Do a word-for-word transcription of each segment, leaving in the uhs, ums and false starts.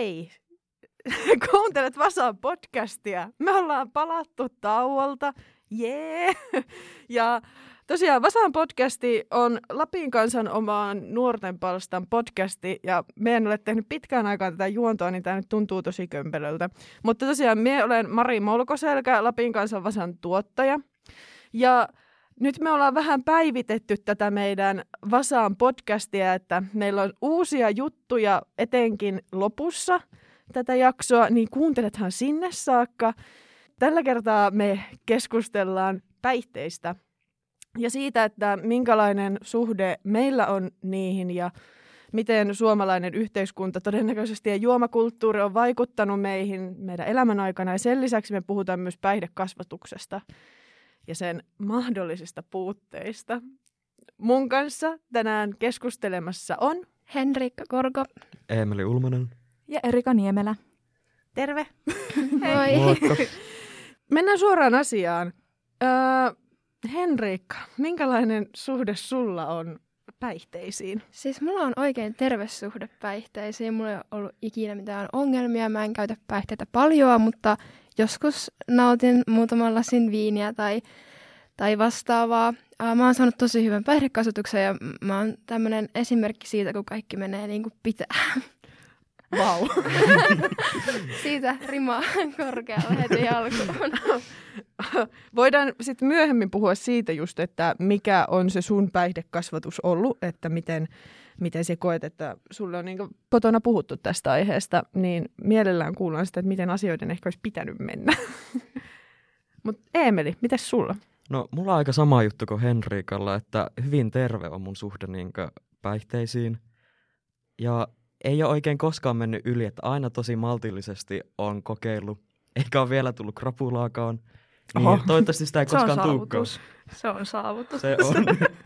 Hei! Kuuntelet Vasan podcastia. Me ollaan palattu tauolta. Jee! Yeah. Ja tosiaan Vasan podcasti on Lapin kansan omaan nuorten palstan podcasti. Ja me en ole tehnyt pitkään aikaa tätä juontoa, niin tämä nyt tuntuu tosi kömpelöltä. Mutta tosiaan me olen Mari Molkoselkä, Lapin kansan Vasan tuottaja. Ja nyt me ollaan vähän päivitetty tätä meidän Vasan podcastia, että meillä on uusia juttuja etenkin lopussa tätä jaksoa, niin kuuntelethan sinne saakka. Tällä kertaa me keskustellaan päihteistä ja siitä, että minkälainen suhde meillä on niihin ja miten suomalainen yhteiskunta todennäköisesti ja juomakulttuuri on vaikuttanut meihin meidän elämän aikana. Ja sen lisäksi me puhutaan myös päihdekasvatuksesta ja sen mahdollisista puutteista. Mun kanssa tänään keskustelemassa on Henriikka Korko, Eemeli Ulmanen ja Erika Niemelä. Terve! Hei! Moikka. Mennään suoraan asiaan. Öö, Henriikka, minkälainen suhde sulla on päihteisiin? Siis mulla on oikein terve suhde päihteisiin. Mulla ei ole ollut ikinä mitään ongelmia. Mä en käytä päihteitä paljon, mutta joskus nautin muutaman lasin viiniä tai, tai vastaavaa. Mä oon saanut tosi hyvän päihdekasvatuksen ja mä oon tämmönen esimerkki siitä, kun kaikki menee niin kuin pitää. Vau. Wow. Siitä rima korkealla heti alkuun. Voidaan sitten myöhemmin puhua siitä just, että mikä on se sun päihdekasvatus ollut, että miten, miten sä koet, että sulle on niin kotona puhuttu tästä aiheesta, niin mielellään kuullaan sitä, että miten asioiden ehkä olisi pitänyt mennä. Mutta Eemeli, mitäs sulla? No, mulla on aika sama juttu kuin Henriikalla, että hyvin terve on mun suhde niinkö päihteisiin. Ja ei ole oikein koskaan mennyt yli, että aina tosi maltillisesti on kokeillut, eikä ole vielä tullut krapulaakaan. Niin Oho. Toivottavasti sitä ei koskaan tulekaan. Se on saavutus. Se on.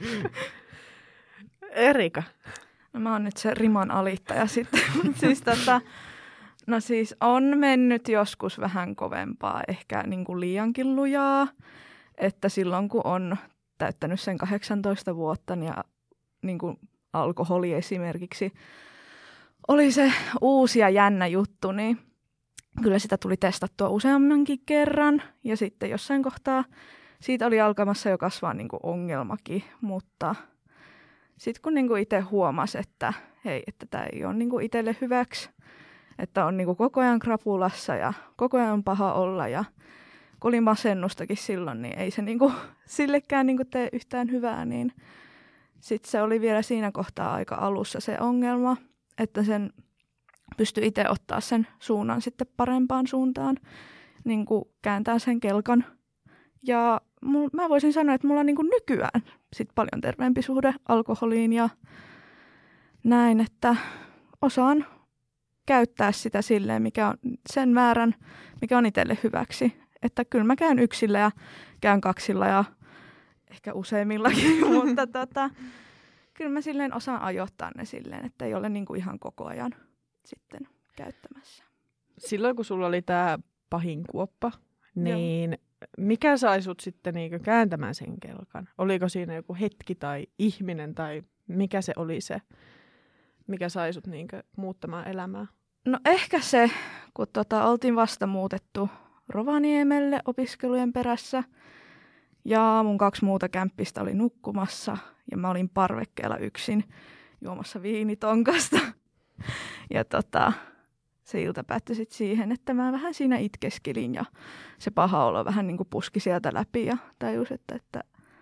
Erika. No, mä oon nyt se riman alittaja sitten. siis tota, no siis on mennyt joskus vähän kovempaa, ehkä niin kuin liiankin lujaa. Että silloin kun on täyttänyt sen kahdeksantoista vuotta ja niin kuin alkoholi esimerkiksi oli se uusi ja jännä juttu, niin kyllä sitä tuli testattua useammankin kerran. Ja sitten jossain kohtaa siitä oli alkamassa jo kasvaa niin kuin ongelmakin, mutta sitten kun niin kuin itse huomasi, että hei, että tämä ei ole niin kuin itselle hyväksi, että on niin kuin koko ajan krapulassa ja koko ajan paha olla ja kun oli masennustakin silloin, niin ei se niin kuin sillekään niin kuin tee yhtään hyvää, niin sitten se oli vielä siinä kohtaa aika alussa se ongelma, että sen pystyi itse ottaa sen suunnan sitten parempaan suuntaan, niin kuin kääntää sen kelkan. Ja mul, mä voisin sanoa, että mulla on niin kuin nykyään sit paljon terveempi suhde alkoholiin ja näin, että osaan käyttää sitä silleen, mikä on sen määrän, mikä on itselle hyväksi. Että kyllä mä käyn yksillä ja käyn kaksilla ja ehkä useimmillakin, mutta tota, kyllä mä silleen osaan ajoittaa ne silleen, että ei ole niinku ihan koko ajan sitten käyttämässä. Silloin kun sulla oli tämä pahin kuoppa, niin Joo. mikä sai sut sitten niinku kääntämään sen kelkan? Oliko siinä joku hetki tai ihminen tai mikä se oli se, mikä sai sut niinku muuttamaan elämää? No ehkä se, kun tota, oltiin vasta muutettu Rovaniemelle opiskelujen perässä ja mun kaksi muuta kämppistä oli nukkumassa ja mä olin parvekkeella yksin juomassa viinitonkasta. Ja tota, se ilta päättyi sitten siihen, että mä vähän siinä itkeskelin ja se paha olo vähän niin kuin puski sieltä läpi ja tajus, että, että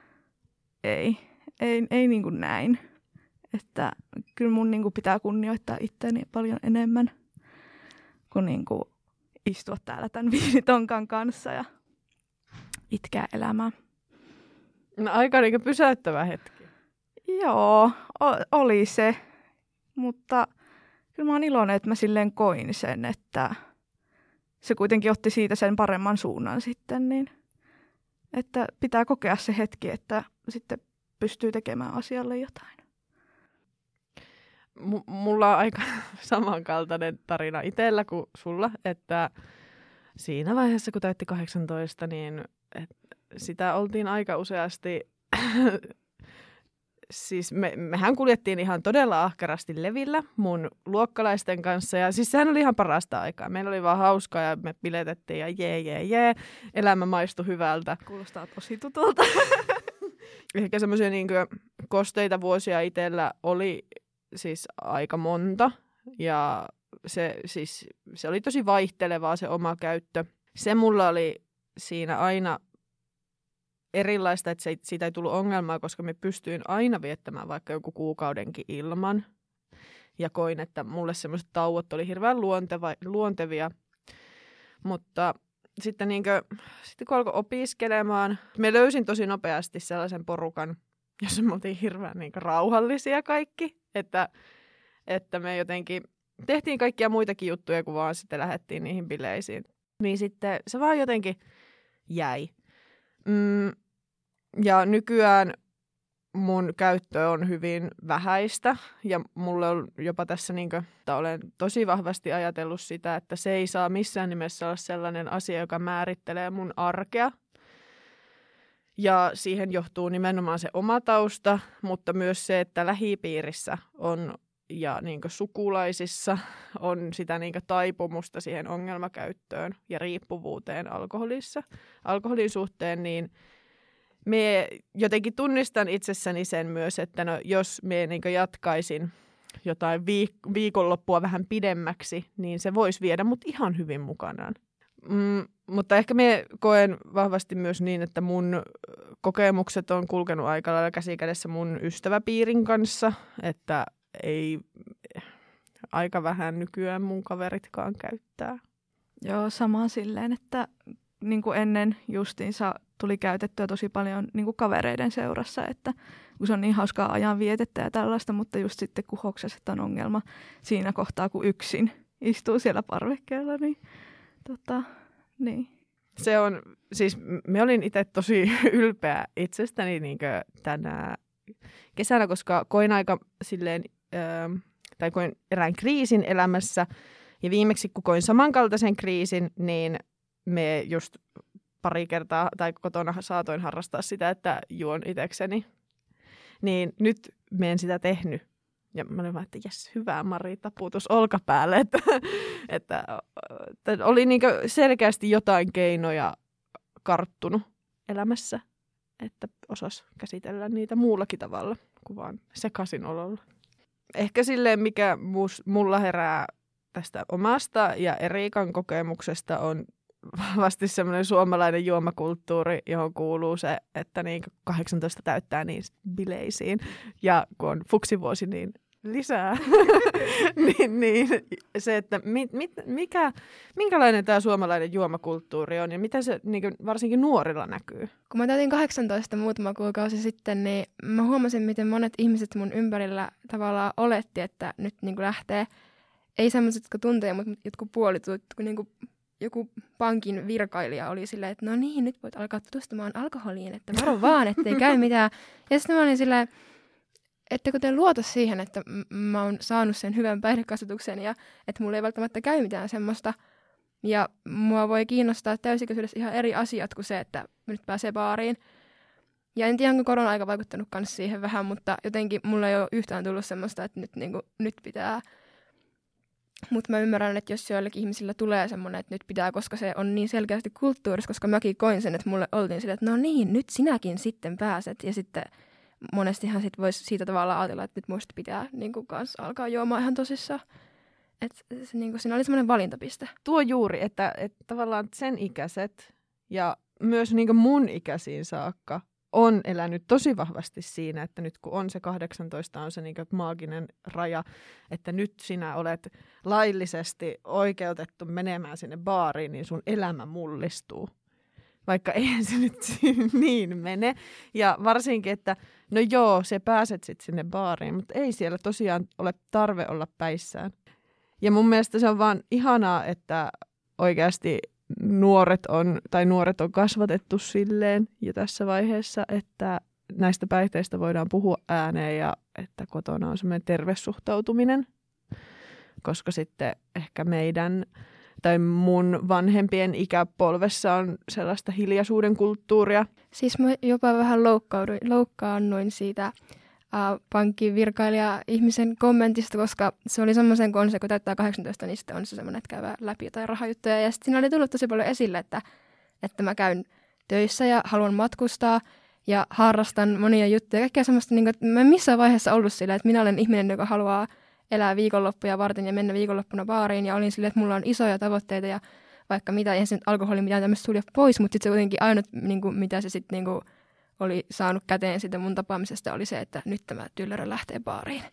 ei, ei, ei niin kuin näin. Että kyllä mun niin kuin pitää kunnioittaa itseäni paljon enemmän kuin, niin kuin istua täällä tämän viinitonkan kanssa ja itkeä elämää. No, aika niin kuin pysäyttävä hetki. Joo, o- oli se, mutta kyllä mä oon iloinen, että mä silleen koin sen, että se kuitenkin otti siitä sen paremman suunnan sitten, niin että pitää kokea se hetki, että sitten pystyy tekemään asialle jotain. M- mulla on aika samankaltainen tarina itsellä kuin sulla, että siinä vaiheessa, kun täytti kahdeksantoista, niin et sitä oltiin aika useasti siis me, mehän kuljettiin ihan todella ahkerasti levillä mun luokkalaisten kanssa. Ja siis sehän oli ihan parasta aikaa. Meillä oli vaan hauskaa ja me biletettiin ja jee, jee, jee. Elämä maistui hyvältä. Kuulostaa tosi tutulta. Ehkä semmoisia niin kosteita vuosia itsellä oli siis aika monta. Ja se, siis, se oli tosi vaihtelevaa se oma käyttö. Se mulla oli siinä aina erilaista, että se, siitä ei tullut ongelmaa, koska me pystyin aina viettämään vaikka joku kuukaudenkin ilman. Ja koin, että mulle semmoiset tauot oli hirveän luonteva, luontevia. Mutta sitten, niin kuin, sitten kun alkoi opiskelemaan, me löysin tosi nopeasti sellaisen porukan, jossa me oltiin hirveän niin kuin rauhallisia kaikki. Että, että me jotenkin tehtiin kaikkia muitakin juttuja, kun vaan sitten lähdettiin niihin bileisiin. Niin sitten se vaan jotenkin jäi. Mm, ja nykyään mun käyttö on hyvin vähäistä ja mulle on jopa tässä, niin kuin, että olen tosi vahvasti ajatellut sitä, että se ei saa missään nimessä olla sellainen asia, joka määrittelee mun arkea. Ja siihen johtuu nimenomaan se oma tausta, mutta myös se, että lähipiirissä on ja niin kuin sukulaisissa on sitä niin kuin taipumusta siihen ongelmakäyttöön ja riippuvuuteen alkoholissa, alkoholin suhteen, niin me jotenkin tunnistan itsessäni sen myös, että no, jos me niin kuin jatkaisin jotain viik- viikonloppua vähän pidemmäksi, niin se voisi viedä mut ihan hyvin mukanaan. Mm, mutta ehkä me koen vahvasti myös niin, että mun kokemukset on kulkenut aika lailla käsikädessä mun ystäväpiirin kanssa, että ei aika vähän nykyään mun kaveritkaan käyttää. Joo, sama silleen, että niin kuin ennen justiinsa tuli käytettyä tosi paljon niin kuin kavereiden seurassa, että kun se on niin hauskaa ajan vietettä ja tällaista, mutta just sitten kun hoksaset on ongelma siinä kohtaa, kun yksin istuu siellä parvekkeella, niin tota, niin. Se on, siis me olin itse tosi ylpeä itsestäni niin kuin tänä kesänä, koska koin aika silleen, äh, tai koin erään kriisin elämässä, ja viimeksi kun koin samankaltaisen kriisin, niin me just pari kertaa tai kotona saatoin harrastaa sitä, että juon itsekseni. Niin nyt me en sitä tehnyt. Ja mä olin vaan, että jes, hyvä Mari, taputus olkapäälle. Että, että, että oli niinku selkeästi jotain keinoja karttunut elämässä, että osas käsitellä niitä muullakin tavalla kuin vaan sekaisin-ololla. Ehkä silleen, mikä mus, mulla herää tästä omasta ja Erikan kokemuksesta on vahvasti semmoinen suomalainen juomakulttuuri, johon kuuluu se, että niin kahdeksantoista täyttää niin bileisiin ja kun on fuksivuosi, niin lisää. niin, niin, se, että mit, mit, mikä, minkälainen tämä suomalainen juomakulttuuri on ja miten se niin kuin, varsinkin nuorilla näkyy? Kun mä täytin kahdeksantoista muutama kuukausi sitten, niin mä huomasin, miten monet ihmiset mun ympärillä tavallaan oletti, että nyt niin kuin lähtee, ei sellaiset, jotka tuntee, mutta jotkut puolitut, kun niin kuin joku pankin virkailija oli silleen, että no niin, nyt voit alkaa tutustumaan alkoholiin, että varo vaan, ettei käy mitään. Ja sitten mä olin silleen, että kun te luota siihen, että m- mä oon saanut sen hyvän päihdekasvatuksen ja että mulla ei välttämättä käy mitään semmoista. Ja mua voi kiinnostaa täysikäisyydessä ihan eri asiat kuin se, että nyt pääsee baariin. Ja en tiedä, onko korona-aika vaikuttanut myös siihen vähän, mutta jotenkin mulla ei ole yhtään tullut semmoista, että nyt, niin kuin, nyt pitää. Mutta mä ymmärrän, että jos joillakin ihmisillä tulee semmoinen, että nyt pitää, koska se on niin selkeästi kulttuurissa, koska mäkin koin sen, että mulle oltiin sille, että no niin, nyt sinäkin sitten pääset. Ja sitten monestihan sit voisi siitä tavalla ajatella, että nyt musta pitää niin kuin kanssa alkaa juomaan ihan tosissaan. Että se, niin kuin, siinä oli semmoinen valintapiste. Tuo juuri, että, että tavallaan sen ikäiset ja myös niin kuin mun ikäisiin saakka on elänyt tosi vahvasti siinä, että nyt kun on se kahdeksantoista, on se niin kuin maaginen raja, että nyt sinä olet laillisesti oikeutettu menemään sinne baariin, niin sun elämä mullistuu. Vaikka eihän se nyt niin mene. Ja varsinkin, että no joo, se pääset sitten sinne baariin, mutta ei siellä tosiaan ole tarve olla päissään. Ja mun mielestä se on vaan ihanaa, että oikeasti nuoret on, tai nuoret on kasvatettu silleen jo tässä vaiheessa, että näistä päihteistä voidaan puhua ääneen ja että kotona on semmoinen terve suhtautuminen. Koska sitten ehkä meidän tai mun vanhempien ikäpolvessa on sellaista hiljaisuuden kulttuuria. Siis mä jopa vähän loukkaannuin siitä pankkivirkailija ihmisen kommentista, koska se oli semmoisen, kun on se, kun täyttää kahdeksantoista, niin sitten on se semmoinen, että käydään läpi jotain rahajuttuja. Ja sitten siinä oli tullut tosi paljon esille, että, että mä käyn töissä ja haluan matkustaa ja harrastan monia juttuja. Kaikkea semmoista, niin kuin, että mä en missään vaiheessa ollut sillä, että minä olen ihminen, joka haluaa elää viikonloppuja varten ja mennä viikonloppuna baariin. Ja olin silleen, että mulla on isoja tavoitteita ja vaikka mitä, eihän se nyt alkoholi mitään tämmöistä sulje pois, mutta sitten se kuitenkin ainut, niin kuin, mitä se sitten niin kuin oli saanut käteen siitä mun tapaamisesta, oli se, että nyt tämä tyllärä lähtee baariin.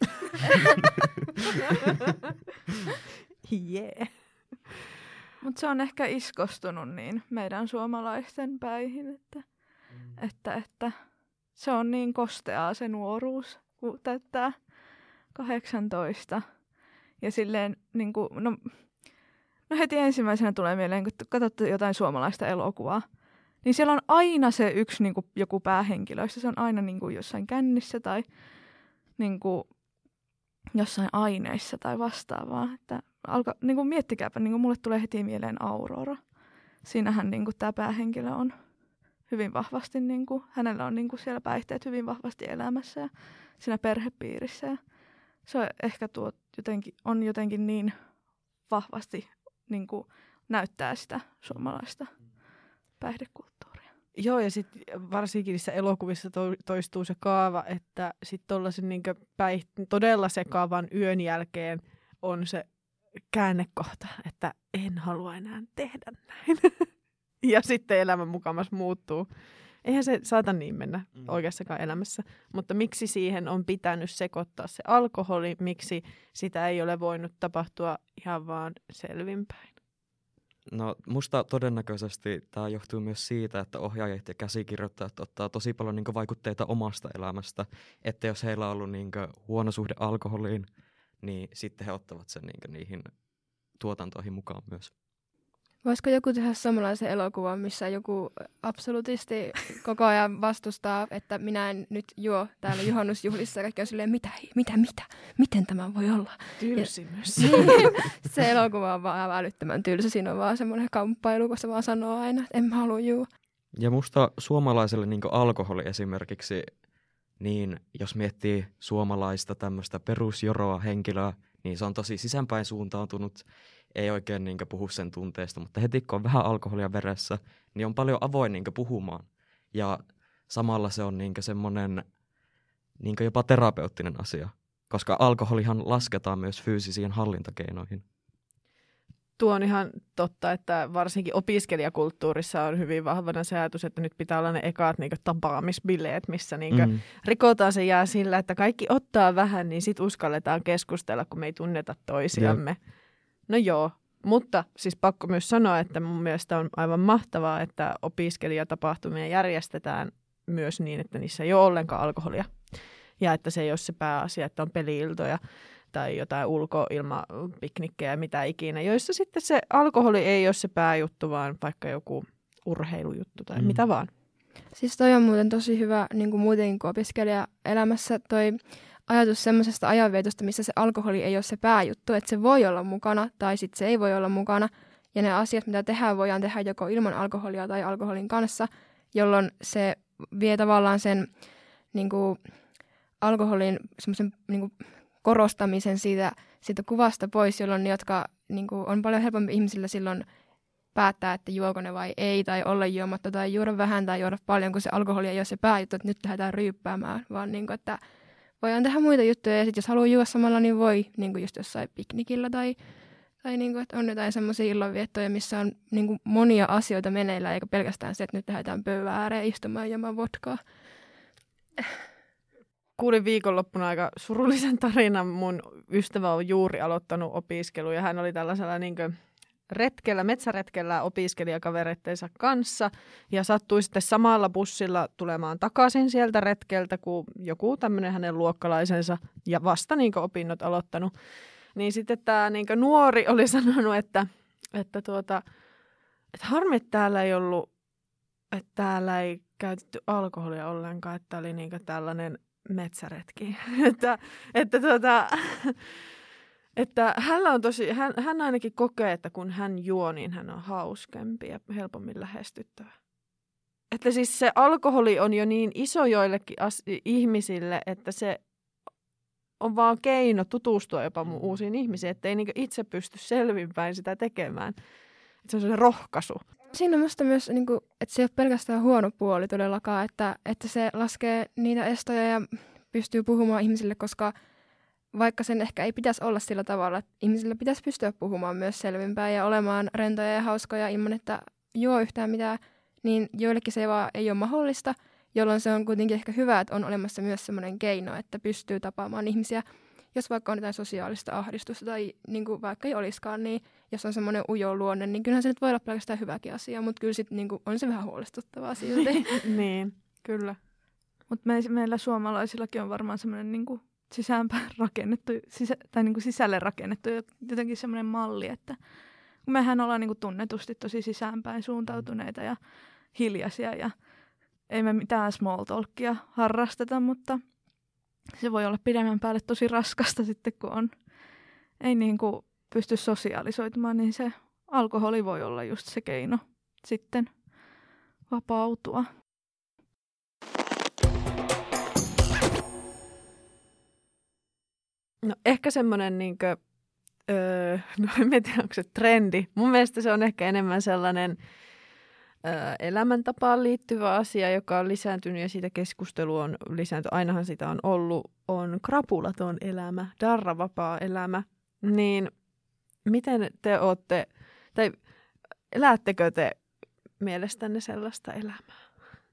Yeah. Mutta se on ehkä iskostunut niin meidän suomalaisten päihin, että, mm. että, että se on niin kosteaa se nuoruus, kun täyttää kahdeksantoista. Ja silleen, niin kuin, no, no heti ensimmäisenä tulee mieleen, kun katsotte jotain suomalaista elokuvaa, niin siellä on aina se yksi niin kuin, joku päähenkilöistä. Se on aina niin kuin, jossain kännissä tai niin kuin, jossain aineissa tai vastaavaa. Että alka, niin kuin, miettikääpä, niin kuin, mulle tulee heti mieleen Aurora. Siinähän niin kuin, tämä päähenkilö on hyvin vahvasti, niin kuin, hänellä on niin kuin, siellä päihteet hyvin vahvasti elämässä ja siinä perhepiirissä. Ja se on ehkä tuo jotenkin, on jotenkin niin vahvasti niin kuin, näyttää sitä suomalaista päihdekulttuuria. Joo, ja sitten varsinkin niissä elokuvissa to- toistuu se kaava, että sitten tuollaisen niinku päiht- todella sekaavan yön jälkeen on se käännekohta, että en halua enää tehdä näin. Ja sitten elämä mukamas muuttuu. Eihän se saata niin mennä oikeassakaan elämässä. Mutta miksi siihen on pitänyt sekoittaa se alkoholi, miksi sitä ei ole voinut tapahtua ihan vaan selvinpäin? No musta todennäköisesti tämä johtuu myös siitä, että ohjaajat ja käsikirjoittajat ottaa tosi paljon niinku vaikutteita omasta elämästä. Että jos heillä on ollut niinku huono suhde alkoholiin, niin sitten he ottavat sen niinku niihin tuotantoihin mukaan myös. Voisiko joku tehdä samanlaisen elokuvan, missä joku absolutisti koko ajan vastustaa, että minä en nyt juo täällä juhannusjuhlissa ja kaikki on silleen, mitä, mitä, mitä, miten tämä voi olla? Tylsimys. Niin, se elokuva on vaan älyttömän tylsä, siinä on vaan semmoinen kamppailu, kun se vaan sanoo aina, että en mä halua juo. Ja musta suomalaiselle niin kuin alkoholi esimerkiksi, niin jos miettii suomalaista tämmöistä perusjoroa henkilöä, niin se on tosi sisäänpäin suuntautunut. Ei oikein niinkö puhu sen tunteesta, mutta heti kun on vähän alkoholia veressä, niin on paljon avoin niinkö puhumaan. Ja samalla se on niinkö semmoinen niinkö jopa terapeuttinen asia, koska alkoholihan lasketaan myös fyysisiin hallintakeinoihin. Tuo on ihan totta, että varsinkin opiskelijakulttuurissa on hyvin vahvana se ajatus, että nyt pitää olla ne ekat niinkö tapaamisbileet, missä niinkö mm. rikotaan se jää sillä, että kaikki ottaa vähän, niin sit uskalletaan keskustella, kun me ei tunneta toisiamme. Jep. No joo, mutta siis pakko myös sanoa, että mun mielestä on aivan mahtavaa, että opiskelijatapahtumia järjestetään myös niin, että niissä ei ole ollenkaan alkoholia. Ja että se ei ole se pääasia, että on peli-iltoja tai jotain ulkoilmapiknikkejä, mitä ikinä, joissa sitten se alkoholi ei ole se pääjuttu, vaan vaikka joku urheilujuttu tai mm. mitä vaan. Siis toi on muuten tosi hyvä niin kuin muutenkin kuin opiskelijaelämässä toi ajatus semmoisesta ajanvietosta, missä se alkoholi ei ole se pääjuttu, että se voi olla mukana tai sitten se ei voi olla mukana. Ja ne asiat, mitä tehdään, voidaan tehdä joko ilman alkoholia tai alkoholin kanssa, jolloin se vie tavallaan sen niin kuin, alkoholin semmoisen niin kuin, korostamisen siitä, siitä kuvasta pois, jolloin ne, jotka niin kuin, on paljon helpompi ihmisillä silloin päättää, että juoko ne vai ei, tai olla juomatta, tai juoda vähän tai juoda paljon, kun se alkoholi ei ole se pääjuttu, että nyt lähdetään ryyppäämään, vaan niin kuin, että voidaan tehdä muita juttuja, ja sitten jos haluaa juoda samalla, niin voi niin kuin just jossain piknikillä, tai, tai niin kuin, että on jotain semmoisia illanviettoja, missä on niin kuin monia asioita meneillään, eikä pelkästään se, että nyt lähdetään pöydän ääreen istumaan ja juomaan vodkaa. Kuulin viikonloppuna aika surullisen tarinan. Mun ystävä on juuri aloittanut opiskelua, ja hän oli tällaisella niin kuin retkellä, metsäretkellä opiskelijakavereittensa kanssa ja sattui sitten samalla bussilla tulemaan takaisin sieltä retkeltä, kun joku tämmöinen hänen luokkalaisensa ja vasta niin kuin opinnot aloittanut. Niin sitten tämä niin kuin nuori oli sanonut, että, että, tuota, että harmi, että täällä ei ollut, että täällä ei käytetty alkoholia ollenkaan, että oli niin kuin tällainen metsäretki. että, että tuota... Että hänellä on tosi, hän, hän ainakin kokee, että kun hän juo, niin hän on hauskempi ja helpommin lähestyttävä. Että siis se alkoholi on jo niin iso joillekin as- ihmisille, että se on vaan keino tutustua jopa mun uusiin ihmisiin, ettei niinku itse pysty selvinpäin sitä tekemään. Että se on se rohkaisu. Siinä on musta myös, niin kuin, että se ei ole pelkästään huono puoli todellakaan, että, että se laskee niitä estoja ja pystyy puhumaan ihmisille, koska vaikka sen ehkä ei pitäisi olla sillä tavalla, että ihmisillä pitäisi pystyä puhumaan myös selvinpäin ja olemaan rentoja ja hauskoja ilman, että juo yhtään mitään, niin joillekin se ei vaan ei ole mahdollista, jolloin se on kuitenkin ehkä hyvä, että on olemassa myös semmoinen keino, että pystyy tapaamaan ihmisiä, jos vaikka on jotain sosiaalista ahdistusta tai niin kuin vaikka ei olisikaan, niin jos on semmoinen ujo luonne, niin kyllähän se nyt voi olla pelkästään hyväkin asia, mutta kyllä sitten niin kuin on se vähän huolestuttavaa silti. Niin, kyllä. Mutta me, meillä suomalaisillakin on varmaan semmoinen niin kuin sisäänpäin rakennettu, sisä, tai niin kuin sisälle rakennettu jotenkin semmoinen malli, että kun mehän ollaan niin kuin tunnetusti tosi sisäänpäin suuntautuneita ja hiljaisia ja ei me mitään small talkia harrasteta, mutta se voi olla pidemmän päälle tosi raskasta sitten, kun on, ei niin kuin pysty sosiaalisoitumaan, niin se alkoholi voi olla just se keino sitten vapautua. No ehkä semmoinen, niinkö, öö, no en tiedä, onko se trendi. Mun mielestä se on ehkä enemmän sellainen öö, elämäntapaan liittyvä asia, joka on lisääntynyt ja siitä keskustelu on lisääntynyt. Ainahan sitä on ollut, on krapulaton elämä, darravapaa elämä. Niin miten te ootte, tai elättekö te mielestänne sellaista elämää?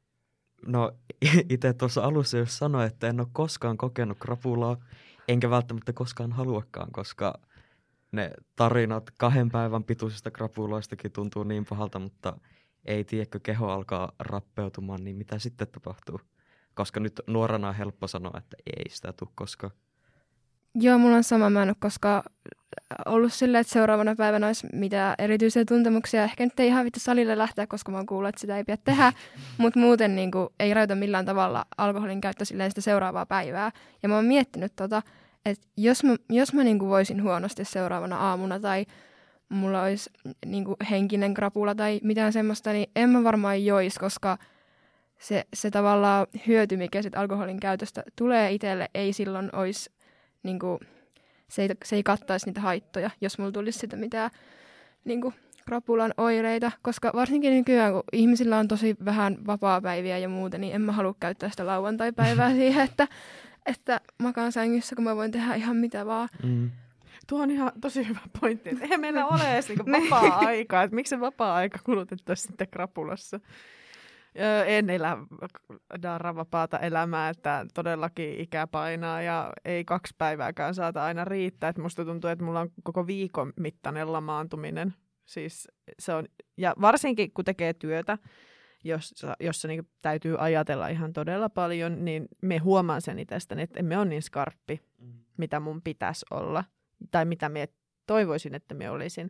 No itse tuossa alussa jos sanoin, että en ole koskaan kokenut krapulaa, enkä välttämättä koskaan haluakaan, koska ne tarinat kahden päivän pituisista krapuloistakin tuntuu niin pahalta, mutta ei tiedäkö keho alkaa rappeutumaan, niin mitä sitten tapahtuu? Koska nyt nuorena on helppo sanoa, että ei sitä tule koskaan. Joo, mulla on sama. Mä en ole koskaan ollut silleen, että seuraavana päivänä olisi mitään erityisiä tuntemuksia. Ehkä nyt ei ihan vittu salille lähteä, koska mä oon kuullut, että sitä ei pidä tehdä. Mutta muuten niin kuin, ei rajoita millään tavalla alkoholin käyttö silleen sitä seuraavaa päivää. Ja mä oon miettinyt tota, että jos mä, jos mä niin kuin voisin huonosti seuraavana aamuna tai mulla olisi niin kuin henkinen krapula tai mitään semmoista, niin en mä varmaan jois, koska se, se tavallaan hyöty, mikä sit alkoholin käytöstä tulee itselle, ei silloin olisi, niin kuin, se, ei, se ei kattaisi niitä haittoja, jos mulla tulisi sitä mitään niin kuin krapulan oireita, koska varsinkin nykyään, kun ihmisillä on tosi vähän vapaapäiviä ja muuta, niin en mä halua käyttää sitä lauantai-päivää siihen, että, että makaan sängyssä, kun mä voin tehdä ihan mitä vaan. Mm. Tuo on ihan tosi hyvä pointti, että eihän meillä ole edes niinku vapaa-aikaa, että miksi se vapaa-aika kulutettaisiin sitten krapulassa. Öö, en elä darravapaata elämää, että todellakin ikä painaa ja ei kaksi päivääkään saata aina riittää. Että musta tuntuu, että mulla on koko viikon mittainen lamaantuminen. Siis se on, ja varsinkin kun tekee työtä, jossa, jossa niin täytyy ajatella ihan todella paljon, niin me huomaan sen itsestäni, että emme ole niin skarppi, mm. mitä mun pitäisi olla. Tai mitä me toivoisin, että me olisin.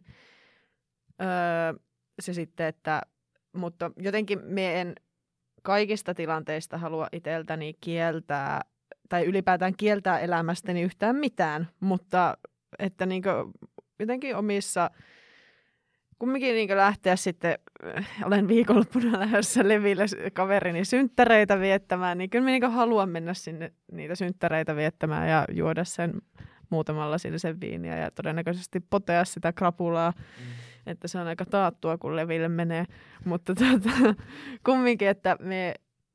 Öö, se sitten, että, mutta jotenkin me en kaikista tilanteista halua itseltäni kieltää, tai ylipäätään kieltää elämästäni yhtään mitään, mutta että niinkö jotenkin omissa, kumminkin niinkö lähteä sitten, olen viikonloppuna lähdössä leville kaverini synttäreitä viettämään, niin kyllä mä niinkö haluan mennä sinne niitä synttäreitä viettämään ja juoda sen muutamalla sen viiniä ja todennäköisesti potea sitä krapulaa, mm. että se on aika taattua, kun leville menee. Mutta tuota, kumminkin, että me,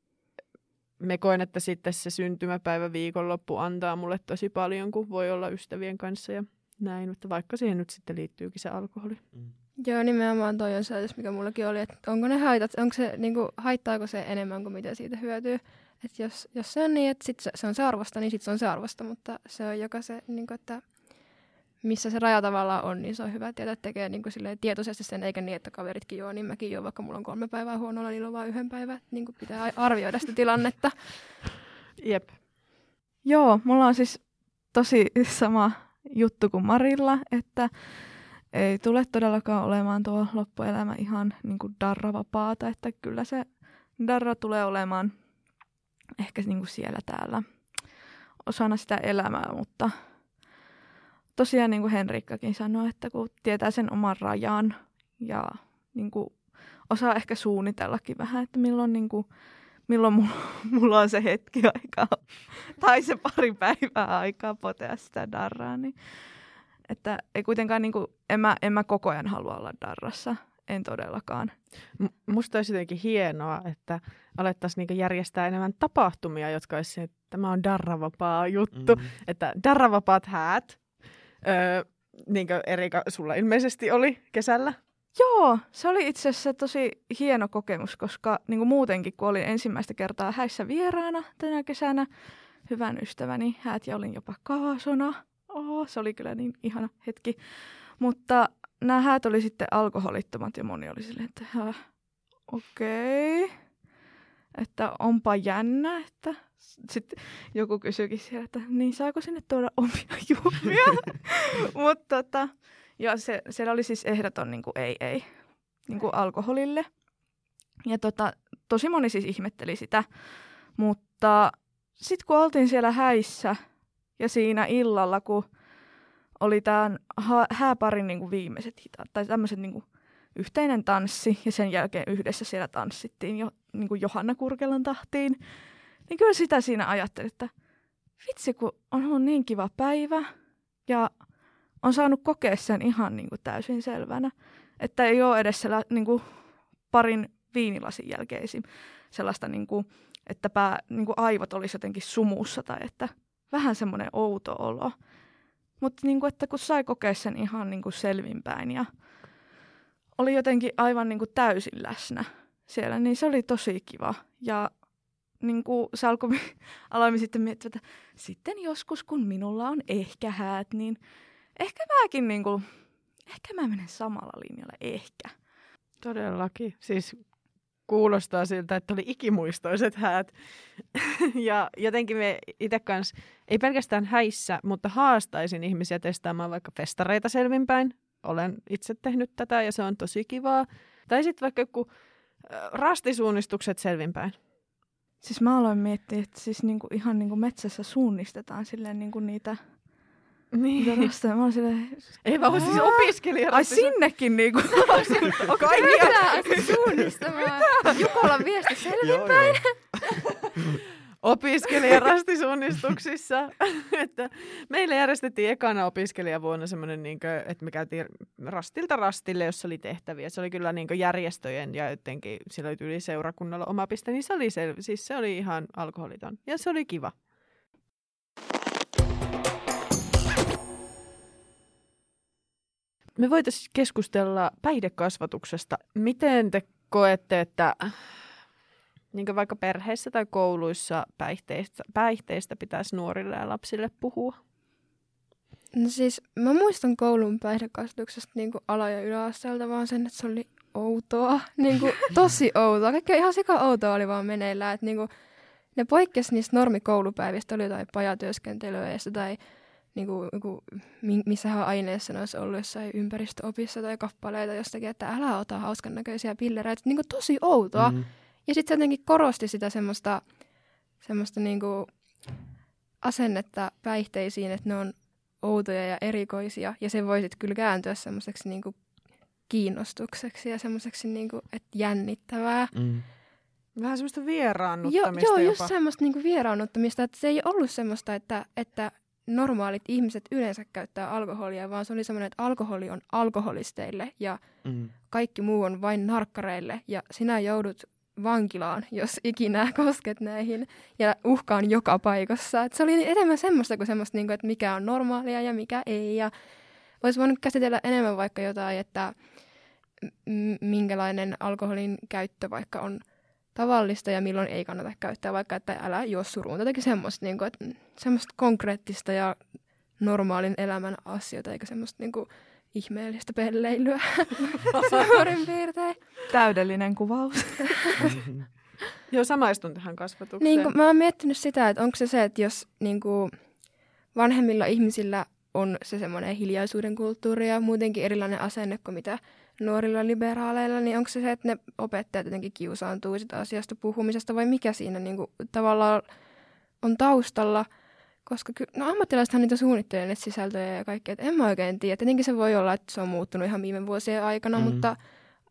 me koen, että sitten se syntymäpäivä viikonloppu antaa mulle tosi paljon, kun voi olla ystävien kanssa ja näin, mutta vaikka siihen nyt sitten liittyykin se alkoholi. Mm. Joo, nimenomaan toi on se, mikä mullakin oli, että onko ne haitat, onko se, niin kuin, haittaako se enemmän kuin mitä siitä hyötyy. Että jos, jos se on niin, että sit se, se on se arvosta, niin sit se on se arvosta, mutta se on joka se, niin kuin, että missä se raja tavallaan on, niin se on hyvä tietää, että tekee niin kuin silleen tietoisesti sen, eikä niin, että kaveritkin juo, niin mäkin juon, vaikka mulla on kolme päivää huonolla, niillä on vaan yhden päivän, niin kuin pitää arvioida sitä tilannetta. Jep. Joo, mulla on siis tosi sama juttu kuin Marilla, että ei tule todellakaan olemaan tuo loppuelämä ihan niin kuin darravapaata, että kyllä se darra tulee olemaan ehkä niin kuin siellä täällä osana sitä elämää, mutta tosiaan niin kuin Henrikkakin sanoi, että kun tietää sen oman rajan ja niin kuin osaa ehkä suunnitellakin vähän, että milloin, niin kuin, milloin mulla, mulla on se hetki aikaa tai se pari päivää aikaa potea sitä darraa. Niin, että ei kuitenkaan, niin kuin, en, mä, en mä koko ajan halua olla darrassa, en todellakaan. M- musta olisi jotenkin hienoa, että alettaisiin niinku järjestää enemmän tapahtumia, jotka olisi se, että tämä on darravapaa juttu, mm-hmm. että darravapaat häät, öö, niin kuin Erika sulla ilmeisesti oli kesällä. Joo, se oli itse asiassa tosi hieno kokemus, koska niin kuin muutenkin, kun olin ensimmäistä kertaa häissä vieraana tänä kesänä, hyvän ystäväni häät ja olin jopa kaasona. Oh, se oli kyllä niin ihana hetki. Mutta nämä häät oli sitten alkoholittomat ja moni oli silleen, että okei, okay. Että onpa jännä, että sitten joku kysyikin siellä, että niin saako sinne tuoda omia juomia? Mutta tota, ja se, siellä oli siis ehdoton niin kuin ei ei niin kuin alkoholille. Ja tota, tosi moni siis ihmetteli sitä, mutta sitten kun oltiin siellä häissä ja siinä illalla, kun oli tämän hääparin niin kuin viimeiset hitaat, tai tämmöiset niin kuin yhteinen tanssi, ja sen jälkeen yhdessä siellä tanssittiin jo niin kuin Johanna Kurkelan tahtiin, niin kyllä sitä siinä ajattelin, että vitsi, kun on ollut niin kiva päivä, ja on saanut kokea sen ihan niin kuin täysin selvänä, että ei ole edes siellä, niin kuin parin viinilasin jälkeen esim. Sellaista, niin kuin, että pää, niin kuin aivot olisi jotenkin sumussa, tai että vähän semmoinen outo olo. Mutta niinku, että kun sai kokea sen ihan niinku selvinpäin ja oli jotenkin aivan niinku täysin läsnä siellä, niin se oli tosi kiva. Ja niinku, se alkoi, aloimme sitten miettiä, että sitten joskus kun minulla on ehkä häät, niin ehkä mäkin niinku, ehkä mä menen samalla linjalla, ehkä. Todellakin. Siis kuulostaa siltä, että oli ikimuistoiset häät. Ja jotenkin me itse kanssa, ei pelkästään häissä, mutta haastaisin ihmisiä testaamaan vaikka festareita selvinpäin. Olen itse tehnyt tätä ja se on tosi kivaa. Tai sitten vaikka joku rastisuunnistukset selvinpäin. Siis mä aloin miettiä, että siis niinku, ihan niinku metsässä suunnistetaan silleen niinku niitä... Niin. Niitä mä oon silleen... Ei vaan siis opiskelija. Ai sinnekin niinku. Kaikki pitää suunnistamaan. Jukolan viesti selvinpäin. Opiskelijarastisuunnistuksissa. Että meillä järjestettiin ekana opiskelijavuonna semmoinen, niin että me käytiin rastilta rastille, jossa oli tehtäviä. Se oli kyllä niin järjestöjen ja jotenkin sillä oli yli seurakunnalla oma piste, niin se oli, sel- siis se oli ihan alkoholiton. Ja se oli kiva. Me voitaisiin keskustella päihdekasvatuksesta. Miten te koette, että niin vaikka perheissä tai kouluissa päihteistä, päihteistä pitäisi nuorille ja lapsille puhua? No siis mä muistan koulun päihdekasvatuksesta niin kuin ala- ja yläasteelta vaan sen, että se oli outoa. Niin kuin, tosi outoa. Kaikkea ihan sika outoa oli vaan meneillään. Että niin kuin, ne poikkesi niistä normikoulupäivistä. Oli jotain pajatyöskentelyä tai niin kuin, joku, missähän aineessa ne olisi ollut jossain ympäristöopissa tai kappaleita jostakin, että älä ota hauskan näköisiä pillereitä. Niin kuin, tosi outoa. Mm-hmm. Ja sitten se jotenkin korosti sitä semmoista, semmoista niinku asennetta päihteisiin, että ne on outoja ja erikoisia. Ja se voi sitten kyllä kääntyä semmoiseksi niinku kiinnostukseksi ja semmoiseksi, niinku, että jännittävää. Mm. Vähän semmoista vieraannuttamista jo, joo, jopa. just semmoista niinku vieraannuttamista. Että se ei ollut semmoista, että, että normaalit ihmiset yleensä käyttää alkoholia, vaan se oli semmoinen, että alkoholi on alkoholisteille ja mm. kaikki muu on vain narkkareille. Ja sinä joudut vankilaan, jos ikinä kosket näihin, ja uhkaan joka paikassa. Et se oli enemmän semmoista kuin semmoista, että mikä on normaalia ja mikä ei. Ja olisi voinut käsitellä enemmän vaikka jotain, että m- minkälainen alkoholin käyttö vaikka on tavallista ja milloin ei kannata käyttää, vaikka että älä juo suruun. Jotenkin semmoista, niin kuin, että semmoista konkreettista ja normaalin elämän asioita, eikä semmoista niin kuin ihmeellistä pelleilyä suurin piirtein. Täydellinen kuvaus. Joo, samaistun tähän kasvatukseen. Niin kuin, mä oon miettinyt sitä, että onko se se, että jos niin kuin, vanhemmilla ihmisillä on se semmoinen hiljaisuuden kulttuuri ja muutenkin erilainen asenne kuin mitä nuorilla liberaaleilla, niin onko se se, että ne opettajat jotenkin kiusaantuu sitä asiasta puhumisesta vai mikä siinä niin kuin, tavallaan on taustalla? Koska ky- no ammattilaisethan niitä suunnittelee näitä sisältöjä ja kaikkea, että en mä oikein tiedä. Tietenkin se voi olla, että se on muuttunut ihan viime vuosien aikana, mm. mutta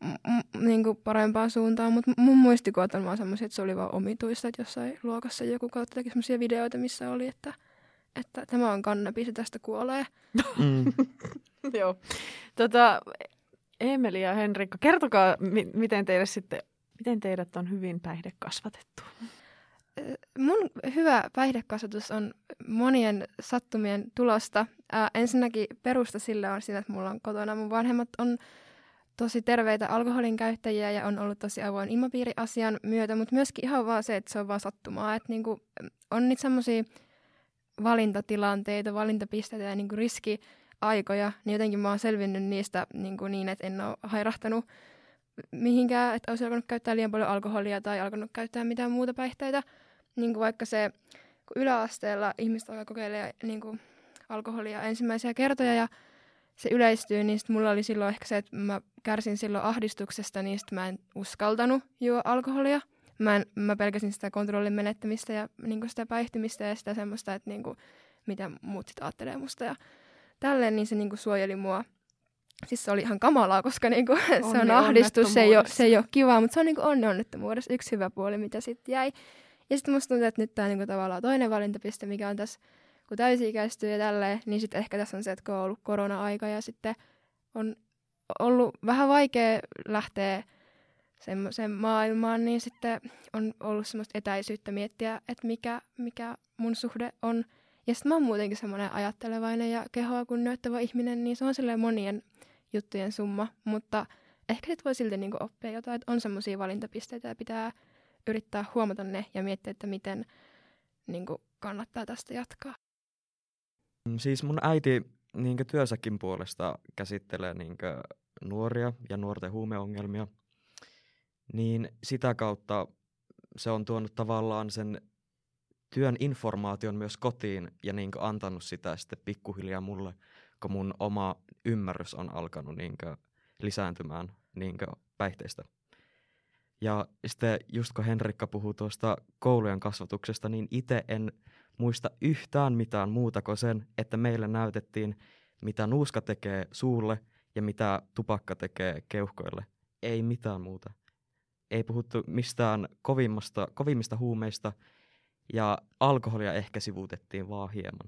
m- niinku parempaan suuntaan, mutta mun muistikuvat on vaan semmoisia, että se oli vaan omituista, että jossain luokassa joku kautta teki semmoisia videoita, missä oli, että, että tämä on kannabis ja tästä kuolee. Mm. Joo. Tota, Eemeli ja Henrikka, kertokaa, mi- miten, teille sitten, miten teidät on hyvin päihdekasvatettu? Mun hyvä päihdekasvatus on monien sattumien tulosta. Ää, ensinnäkin perusta sille on siinä, että mulla on kotona mun vanhemmat on tosi terveitä alkoholin käyttäjiä ja on ollut tosi avoin ilmapiiri asian myötä, mutta myöskin ihan vaan se, että se on vaan sattumaa. Että niinku, on niitä semmoisia valintatilanteita, valintapisteitä ja niinku riskiaikoja, niin jotenkin mä oon selvinnyt niistä niinku niin, että en ole hairahtanut mihinkään, että olisi alkanut käyttää liian paljon alkoholia tai alkanut käyttää mitään muuta päihteitä. Niin kuin vaikka se, kun yläasteella ihmiset alkaa kokeilemaan niin kuin alkoholia ensimmäisiä kertoja ja se yleistyy, niin sitten mulla oli silloin ehkä se, että mä kärsin silloin ahdistuksesta, niin sitten mä en uskaltanut juo alkoholia. Mä, en, mä pelkäsin sitä kontrollin menettämistä ja niin kuin sitä päihtymistä ja sitä semmoista, että niin kuin, mitä muut sitten ajattelee musta. Ja tälleen niin se niin kuin suojeli mua. Siis se oli ihan kamalaa, koska niinku, se on ahdistus, se ei, ole, se ei ole kivaa, mutta se on niinku onnettomuudessa yksi hyvä puoli, mitä sitten jäi. Ja sitten musta tuntuu, että nyt tämä on niinku tavallaan toinen valintapiste, mikä on tässä, kun täysi-ikäistyy ja tälleen, niin sitten ehkä tässä on se, että kun on ollut korona-aika ja sitten on ollut vähän vaikea lähteä semmoiseen maailmaan, niin sitten on ollut semmoista etäisyyttä miettiä, että mikä, mikä mun suhde on. Ja sitten mä oon muutenkin semmoinen ajattelevainen ja kehoa kunnioittava ihminen, niin se on silleen monien juttujen summa, mutta ehkä sit voi silti niinku oppia jotain, että on semmoisia valintapisteitä ja pitää yrittää huomata ne ja miettiä, että miten niinku kannattaa tästä jatkaa. Siis mun äiti niinkö työsäkin puolesta käsittelee niinkö nuoria ja nuorten huumeongelmia, niin sitä kautta se on tuonut tavallaan sen työn informaation myös kotiin ja niinkö antanut sitä sitten pikkuhiljaa mulle, kun mun oma ymmärrys on alkanut niinkö lisääntymään niinkö päihteistä. Ja sitten just kun Henrikka puhuu tuosta koulujen kasvatuksesta, niin itse en muista yhtään mitään muuta kuin sen, että meille näytettiin, mitä nuuska tekee suulle ja mitä tupakka tekee keuhkoille. Ei mitään muuta. Ei puhuttu mistään kovimmasta, kovimmista huumeista ja alkoholia ehkä sivuutettiin vaan hieman.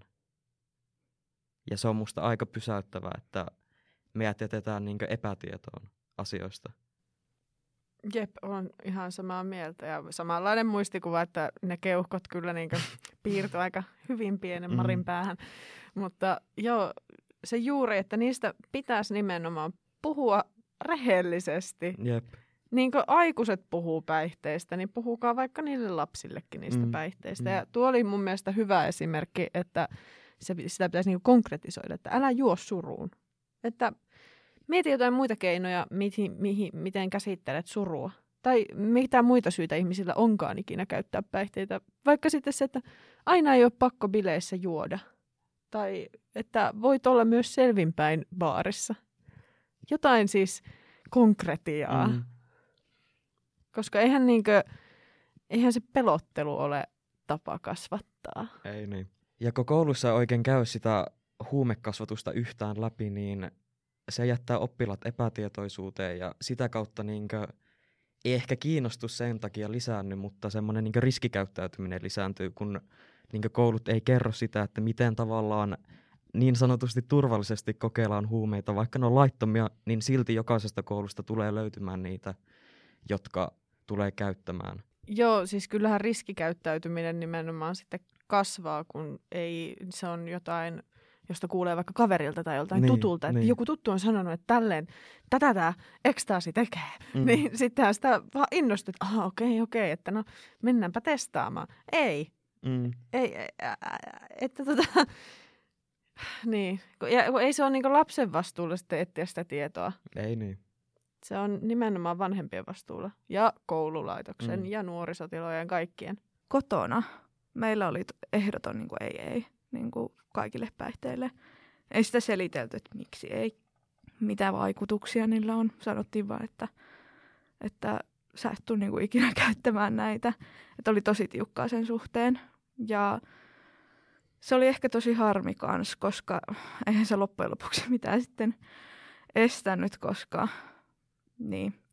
Ja se on musta aika pysäyttävää, että meidät jätetään niinkö epätietoon asioista. Jep, on ihan samaa mieltä ja samanlainen muistikuva, että ne keuhkot kyllä niinkö piirtyi aika hyvin pienen marin Mm. päähän. Mutta joo, se juuri, että niistä pitäisi nimenomaan puhua rehellisesti. Jep. Niin kuin aikuiset puhuu päihteistä, niin puhukaa vaikka niille lapsillekin niistä Mm. päihteistä. Mm. Ja tuo oli mun mielestä hyvä esimerkki, että se, sitä pitäisi niinku konkretisoida, että älä juo suruun. Että mieti jotain muita keinoja, mihin, mihin, miten käsittelet surua. Tai mitä muita syitä ihmisillä onkaan ikinä käyttää päihteitä. Vaikka sitten se, että aina ei ole pakko bileissä juoda. Tai että voit olla myös selvinpäin baarissa. Jotain siis konkretiaa. Mm. Koska eihän, niinkö, eihän se pelottelu ole tapa kasvattaa. Ei niin. Ja kun koulussa ei oikein käy sitä huumekasvatusta yhtään läpi, niin se jättää oppilaat epätietoisuuteen ja sitä kautta niinkö ei ehkä kiinnostus sen takia lisäänny, mutta semmoinen niinkö riskikäyttäytyminen lisääntyy, kun niinkö koulut ei kerro sitä, että miten tavallaan niin sanotusti turvallisesti kokeillaan huumeita. Vaikka ne on laittomia, niin silti jokaisesta koulusta tulee löytymään niitä, jotka tulee käyttämään. Joo, siis kyllähän riskikäyttäytyminen nimenomaan sitten kasvaa, kun ei, se on jotain, josta kuulee vaikka kaverilta tai joltain niin, tutulta, että niin. joku tuttu on sanonut, että tälleen, tätä tämä ekstaasi tekee. Mm. Niin sittenhän sitä vaan innostut, että aha, okei, okei, että no mennäänpä testaamaan. Ei, Mm. ei, ä, ä, että tota, niin, ja kun ei se ole niin lapsen vastuulla sitten etsiä sitä tietoa. Ei niin. Se on nimenomaan vanhempien vastuulla ja koululaitoksen Mm. ja nuorisotilojen kaikkien. Kotona meillä oli ehdoton niin kuin ei ei niin kuin kaikille päihteille. Ei sitä selitelty, että miksi ei, mitä vaikutuksia niillä on. Sanottiin vaan, että, että sä et tule niin kuin ikinä käyttämään näitä. Että oli tosi tiukkaa sen suhteen. Ja se oli ehkä tosi harmi kans, koska eihän se loppujen lopuksi mitään sitten estänyt, koska niin,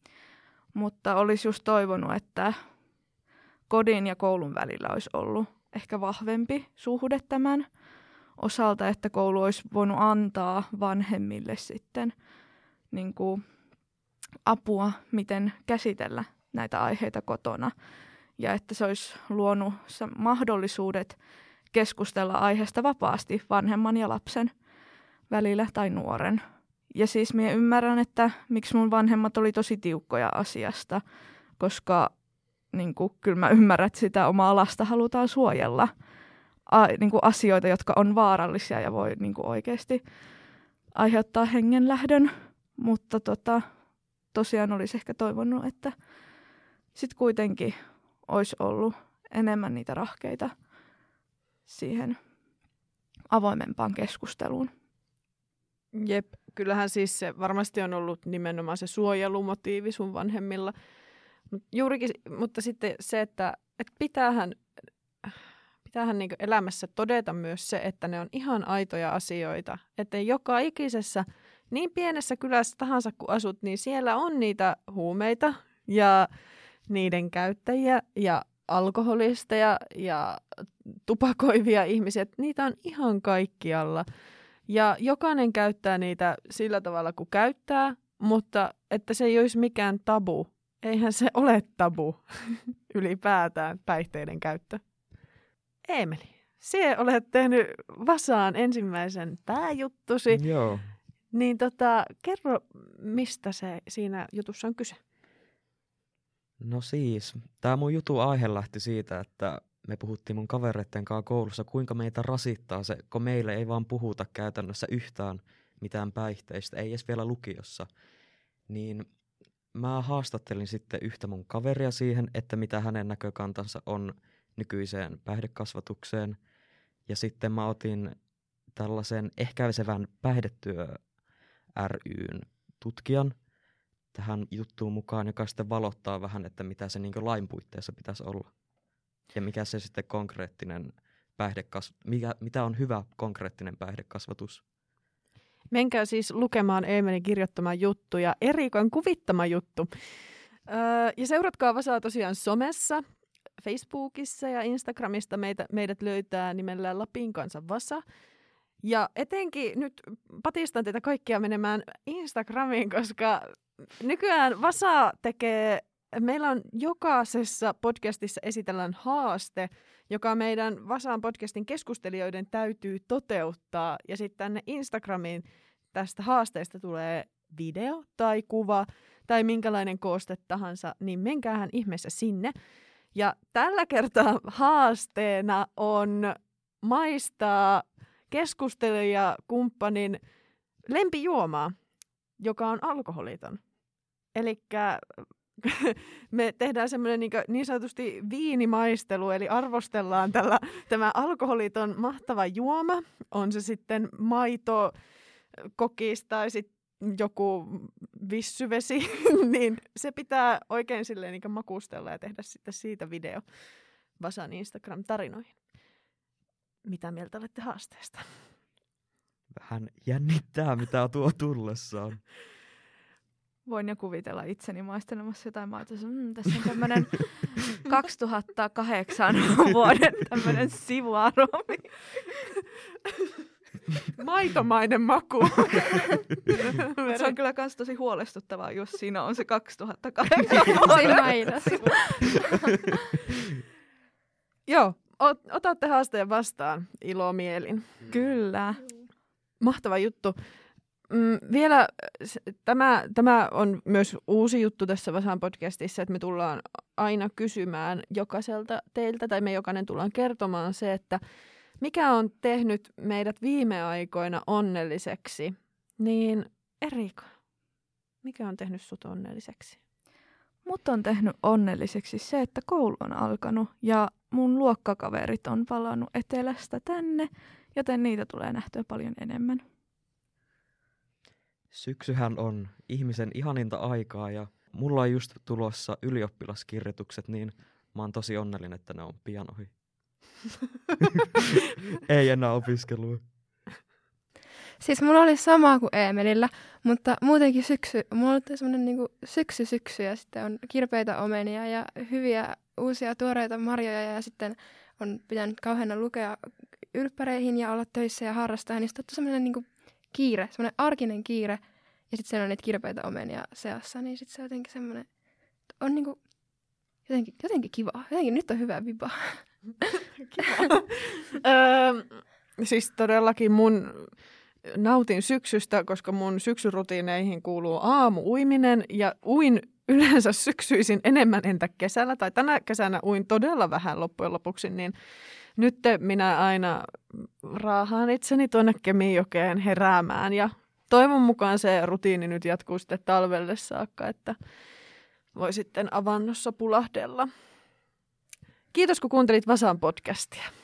Mutta olisi just toivonut, että kodin ja koulun välillä olisi ollut ehkä vahvempi suhde tämän osalta, että koulu olisi voinut antaa vanhemmille sitten niin kuin apua, miten käsitellä näitä aiheita kotona. Ja että se olisi luonut mahdollisuudet keskustella aiheesta vapaasti vanhemman ja lapsen välillä tai nuoren. Ja siis minä ymmärrän, että miksi mun vanhemmat oli tosi tiukkoja asiasta, koska niin kuin, kyllä mä ymmärrän, että sitä omaa lasta halutaan suojella. A, niin kuin asioita, jotka on vaarallisia ja voi niin kuin oikeasti aiheuttaa hengenlähdön. Mutta tota, tosiaan olisi ehkä toivonut, että sitten kuitenkin olisi ollut enemmän niitä rahkeita siihen avoimempaan keskusteluun. Jep, kyllähän siis se varmasti on ollut nimenomaan se suojelumotiivi sun vanhemmilla. Mut juurikin, mutta sitten se, että, että pitäähän, pitäähän niin kuin elämässä todeta myös se, että ne on ihan aitoja asioita. Että joka ikisessä, niin pienessä kylässä tahansa kun asut, niin siellä on niitä huumeita ja niiden käyttäjiä ja alkoholisteja ja tupakoivia ihmisiä. Niitä on ihan kaikkialla. Ja jokainen käyttää niitä sillä tavalla, kun käyttää, mutta että se ei olisi mikään tabu. Eihän se ole tabu ylipäätään päihteiden käyttö. Eemeli, sinä olet tehnyt Vasaan ensimmäisen pääjuttusi. Joo. Niin tota, kerro, mistä se siinä jutussa on kyse? No siis, tämä mun jutun aihe lähti siitä, että me puhuttiin mun kavereitten kanssa koulussa, kuinka meitä rasittaa se, kun meille ei vaan puhuta käytännössä yhtään mitään päihteistä, ei edes vielä lukiossa. Niin mä haastattelin sitten yhtä mun kaveria siihen, että mitä hänen näkökantansa on nykyiseen päihdekasvatukseen. Ja sitten mä otin tällaisen ehkäisevän päihdetyö ry:n tutkijan tähän juttuun mukaan, joka sitten valottaa vähän, että mitä se niin kuin lain puitteissa pitäisi olla. Ja mikä se sitten konkreettinen päihdekasvatus, mikä, mitä on hyvä konkreettinen päihdekasvatus. Menkää siis lukemaan Eemelin kirjoittama juttu ja Erikan kuvittama juttu. Öö, ja seuratkaa Vasaa tosiaan somessa, Facebookissa ja Instagramista meitä, meidät löytää nimellä Lapin kanssa Vasa. Ja etenkin nyt patistan teitä kaikkia menemään Instagramiin, koska nykyään Vasa tekee, meillä on jokaisessa podcastissa esitellään haaste, joka meidän Vasaan podcastin keskustelijoiden täytyy toteuttaa. Ja sitten tänne Instagramiin tästä haasteesta tulee video tai kuva tai minkälainen kooste tahansa, niin menkäähän ihmeessä sinne. Ja tällä kertaa haasteena on maistaa keskustelijakumppanin lempijuomaa, joka on alkoholiton. Elikkä me tehdään semmoinen niin, niin sanotusti viinimaistelu, eli arvostellaan tällä, tämä alkoholiton mahtava juoma. On se sitten maito, kokis tai sitten joku vissyvesi, niin se pitää oikein silleen niin makustella ja tehdä sitten siitä video Vasan Instagram-tarinoihin. Mitä mieltä olette haasteesta? Vähän jännittää, mitä tuo tullessaan. Voin jo kuvitella itseni maistelemassa jotain maita. Mm, tässä on tämmöinen kaksituhattakahdeksan vuoden tämmöinen sivuaromi. Maitomainen maku. Se on kyllä myös tosi huolestuttavaa, jos siinä on se kaksituhattakahdeksan vuoden mainos. Joo, otatte haasteen vastaan ilomielin. Kyllä. Mahtava juttu. Mm, vielä tämä, tämä on myös uusi juttu tässä Vasan podcastissa, että me tullaan aina kysymään jokaiselta teiltä, tai me jokainen tullaan kertomaan se, että mikä on tehnyt meidät viime aikoina onnelliseksi. Niin Erika, mikä on tehnyt sut onnelliseksi? Mut on tehnyt onnelliseksi se, että koulu on alkanut ja mun luokkakaverit on palannut etelästä tänne, joten niitä tulee nähtyä paljon enemmän. Syksyhän on ihmisen ihaninta aikaa ja mulla on just tulossa ylioppilaskirjoitukset, niin mä oon tosi onnellinen, että ne on pian ohi. Ei enää opiskelua. Siis mulla oli sama kuin Eemelillä, mutta muutenkin syksy, mulla oli semmoinen niinku syksy-syksy ja sitten on kirpeitä omenia ja hyviä uusia tuoreita marjoja ja sitten on pitänyt kauheana lukea ylppäreihin ja olla töissä ja harrastaa, niin sitten on semmoinen niinku kiire, semmoinen arkinen kiire ja sitten siellä on niitä kirpeitä omenia seassa, niin sitten se on jotenkin semmoinen, on niinku jotenkin, jotenkin kiva, jotenkin nyt on hyvä viba. Kiva. öö, siis todellakin mun nautin syksystä, koska mun syksyrutiineihin kuuluu aamu-uiminen ja uin yleensä syksyisin enemmän entä kesällä. Tai tänä kesänä uin todella vähän loppujen lopuksi, niin nyt minä aina raahaan itseni tuonne Kemijokeen heräämään ja toivon mukaan se rutiini nyt jatkuu sitten talvelle saakka, että voi sitten avannossa pulahdella. Kiitos kun kuuntelit Vasan podcastia.